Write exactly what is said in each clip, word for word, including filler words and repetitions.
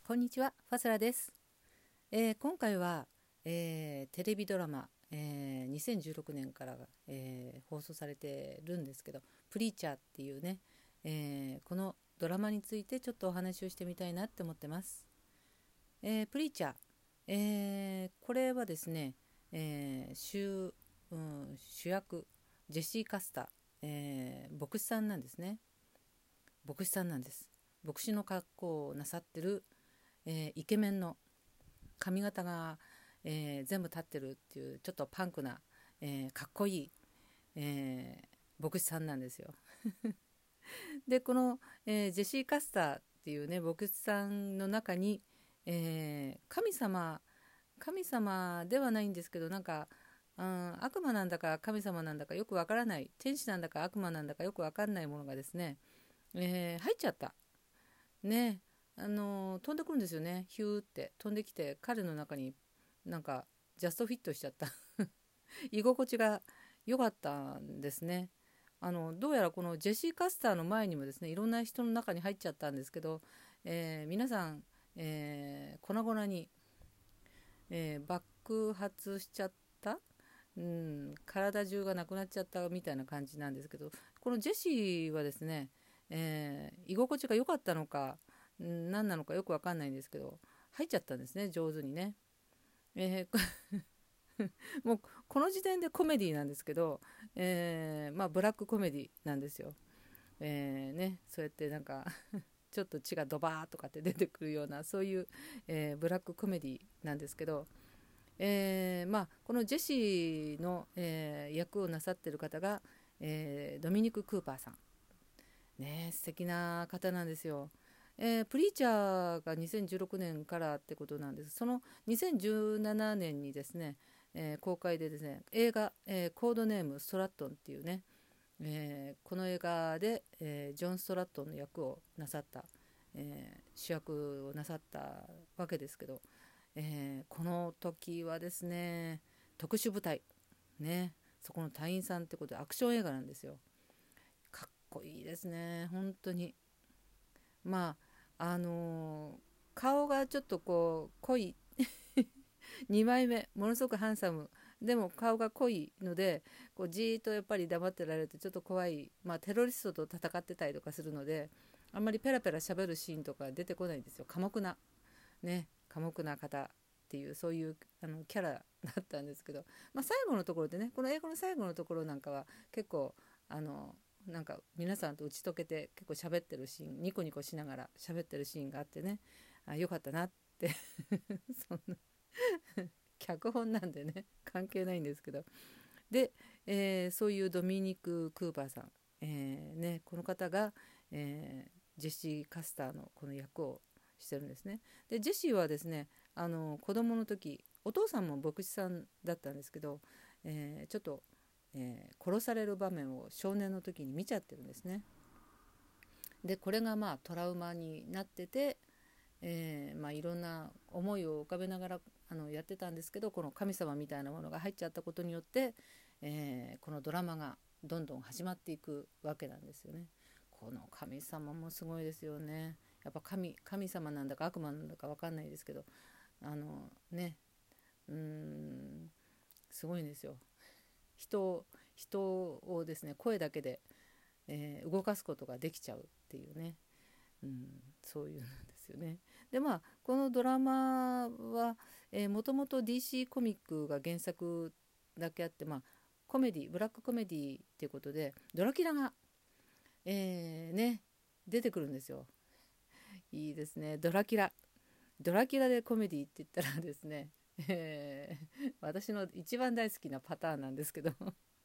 こんにちは、ファスラです。えー今回は、えーテレビドラマ、えーにせんじゅうろくねんから、えー放送されてるんですけど、プリーチャーっていうね、えーこのドラマについてちょっとお話をしてみたいなって思ってます。えープリーチャー、えーこれはですね、えー主、うん、主役、ジェシー・カスター、えー牧師さんなんですね。牧師さんなんです。牧師の格好をなさってる、えーイケメンの髪型が、えー全部立ってるっていうちょっとパンクな、えーかっこいい、えー牧師さんなんですよ。でこの、えージェシー・カスターっていうね牧師さんの中に、えー神様神様ではないんですけど、なんか、うん、悪魔なんだか神様なんだかよくわからない、天使なんだか悪魔なんだかよくわかんないものがですね、えー入っちゃったね。あのー飛んでくるんですよね。ヒューって飛んできて彼の中になんかジャストフィットしちゃった居心地が良かったんですね。あのどうやらこのジェシー・カスターの前にもですね、いろんな人の中に入っちゃったんですけど、えー皆さん、えー粉々に、えー爆発しちゃった、うん、体中がなくなっちゃったみたいな感じなんですけど、このジェシーはですね、えー居心地が良かったのか、うん、何なのかよくわかんないんですけど、入っちゃったんですね、上手にね。えーもうこの時点でコメディなんですけど、えーまあブラックコメディなんですよ。えーね、そうやってなんかちょっと血がドバーとかって出てくるようなそういう、えーブラックコメディなんですけど、えーまあ、このジェシーの、えー役をなさってる方が、えードミニク・クーパーさんね、素敵な方なんですよ。えープリーチャーがにせんじゅうろくねんからってことなんです。そのにせんじゅうななねんにですね、えー公開でですね、映画、えーコードネームストラットンっていうね、えーこの映画で、えージョン・ストラットンの役をなさった、えー主役をなさったわけですけど、えーこの時はですね、特殊部隊ね、そこの隊員さんってことでアクション映画なんですよ。かっこいいですね、本当に。まああのー顔がちょっとこう濃いにまいめ、ものすごくハンサムでも顔が濃いので、こうじーっとやっぱり黙ってられるとちょっと怖い、まあ、テロリストと戦ってたりとかするので、あんまりペラペラ喋るシーンとか出てこないんですよ。寡黙なね、寡黙な方っていうそういうあのキャラだったんですけど、まあ、最後のところでね、この映画の最後のところなんかは結構あのなんか皆さんと打ち解けて結構喋ってるシーン、ニコニコしながら喋ってるシーンがあってね、あよかったなってそんな脚本なんでね関係ないんですけど、で、えーそういうドミニク・クーパーさん、えーね、この方が、えージェシー・カスターのこの役をしてるんですね。でジェシーはですね、あの子供の時お父さんも牧師さんだったんですけど、えーちょっと、えー殺される場面を少年の時に見ちゃってるんですね。でこれがまあトラウマになってて、えーまあ、いろんな思いを浮かべながらあのやってたんですけど、この神様みたいなものが入っちゃったことによって、えーこのドラマがどんどん始まっていくわけなんですよね。この神様もすごいですよね。やっぱ神、神様なんだか悪魔なんだか分かんないですけど、あのね、うーんすごいんですよ。人を人をですね、声だけで、えー動かすことができちゃうっていうね、うん、そういうんですよね。でまあこのドラマはもともと ディーシー コミックが原作だけあって、まあ、コメディブラックコメディっていうことでドラキュラが、えーね、出てくるんですよ。いいですね、ドラキュラ。ドラキュラでコメディって言ったらですね、えー私の一番大好きなパターンなんですけど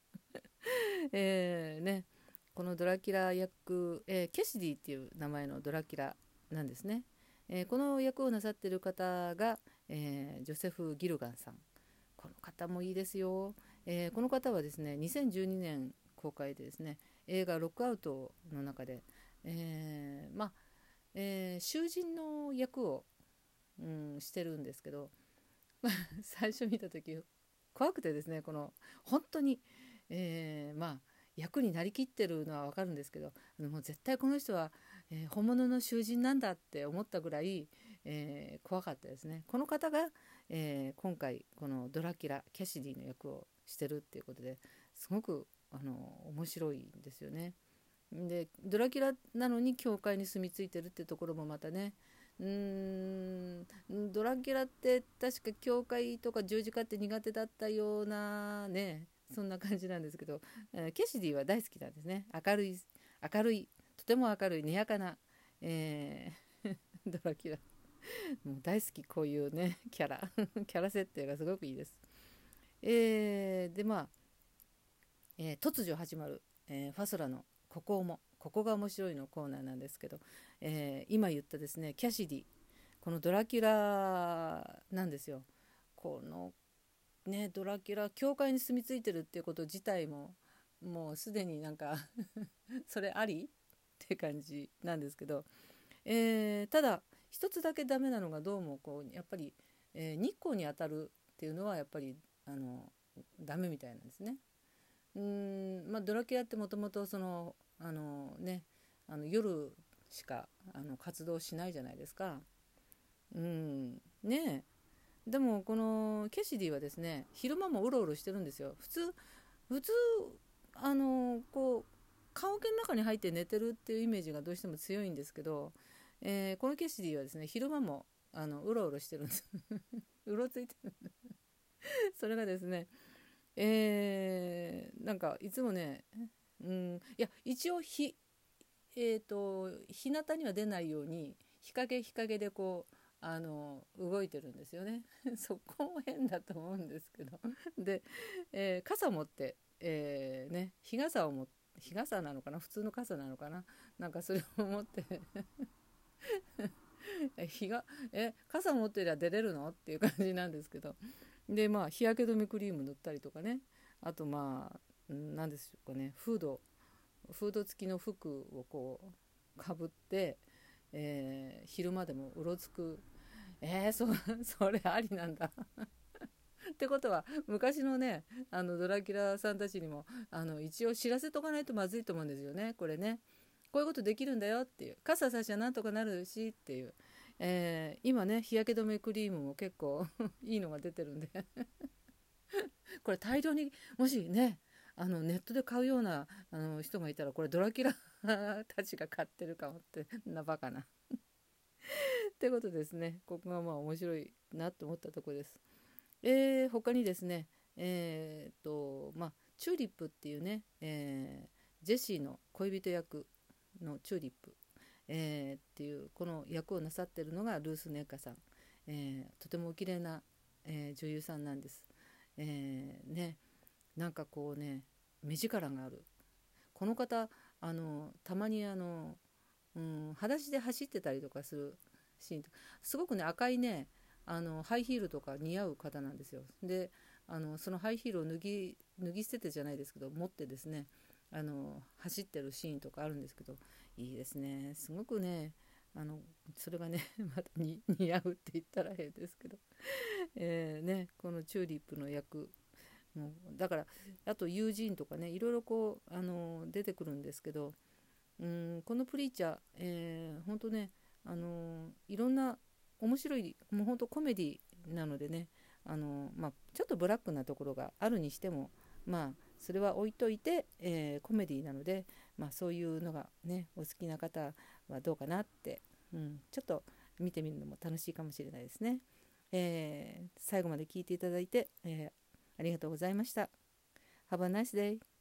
えーね、このドラキュラ役、えーキャシディっていう名前のドラキュラなんですね。えーこの役をなさっている方が、えージョセフ・ギルガンさん。この方もいいですよ。えーこの方はですね、にせんじゅうにねん公開でですね、映画「ロックアウト」の中で、えーまあえー囚人の役を、うん、してるんですけど、最初見た時怖くてですね、この本当に、えーまあ役になりきってるのは分かるんですけど、もう絶対この人は、えー本物の囚人なんだって思ったぐらい、 えー怖かったですね。この方が、えー今回このドラキュラキャシディの役をしてるっていうことですごくあの面白いんですよね。でドラキュラなのに教会に住み着いてるってところもまたね、うーんドラキュラって確か教会とか十字架って苦手だったようなね、そんな感じなんですけど、えーキャシディは大好きなんですね。明るい明るいとても明るいにやかな、えードラキュラ、もう大好き、こういうねキャラキャラ設定がすごくいいです。えーでまあ、えー突如始まる、えーファソラのここもここが面白いのコーナーなんですけど、えー今言ったですねキャシディ、このドラキュラなんですよ。このねドラキュラ教会に住み着いてるっていうこと自体ももうすでになんかそれありって感じなんですけど、えーただ一つだけダメなのがどうもこうやっぱり、えー日光に当たるっていうのはやっぱりあのダメみたいなんですね。うーんまあドラキュラってもともとそのあのねあの夜しかあの活動しないじゃないですか。うんねえ、でもこのキャシディはですね昼間もうろうろしてるんですよ。普通普通あのこう棺桶の中に入って寝てるっていうイメージがどうしても強いんですけど、えーこのキャシディはですね昼間もあのうろうろしてるんですうろついてるそれがですね、えーなんかいつもね、うん、いや一応日えーと日向には出ないように日陰日陰でこうあの動いてるんですよねそこも変だと思うんですけどで、えー傘を持って、えーね、日傘を持って日傘なのかな、普通の傘なのかな、なんかそれを持ってえ日がえ傘持ってりゃ出れるのっていう感じなんですけど、でまあ日焼け止めクリーム塗ったりとかね、あとまあ何でしょうかね、フードフード付きの服をこうかぶって、えー昼間でもうろつく。えー、そそれありなんだってことは昔のねあのドラキュラさんたちにもあの一応知らせとかないとまずいと思うんですよね、これね。こういうことできるんだよっていう、傘さしはなんとかなるしっていう、えー今ね日焼け止めクリームも結構いいのが出てるんでこれ大量にもしねあのネットで買うようなあの人がいたらこれドラキュラたちが買ってるかもってなバカなってことですね。ここがまあ面白いなと思ったところです。えー他にですね、えーっとまあチューリップっていうね、えージェシーの恋人役のチューリップ、えーっていうこの役をなさってるのがルース・ネッカさん、えーとてもお綺麗な、えー女優さんなんです。えーねなんかこうね目力があるこの方。あのたまにあの、うん、裸足で走ってたりとかするシーンとすごくね赤いねあのハイヒールとか似合う方なんですよ。であのそのハイヒールを脱ぎ脱ぎ捨ててじゃないですけど持ってですねあの走ってるシーンとかあるんですけど、いいですね、すごくねあのそれがねまたに似合うって言ったら変ですけど、えーね、このチューリップの役もうだからあと友人とかねいろいろこうあの出てくるんですけど、うんこのプリーチャー、えー、本当ねあのいろんな面白いもう本当コメディなのでねあの、まあ、ちょっとブラックなところがあるにしてもまあそれは置いといて、えーコメディなので、まあ、そういうのがねお好きな方はどうかなって、うん、ちょっと見てみるのも楽しいかもしれないですね。えー最後まで聞いていただいて、えーありがとうございました。Have a nice day.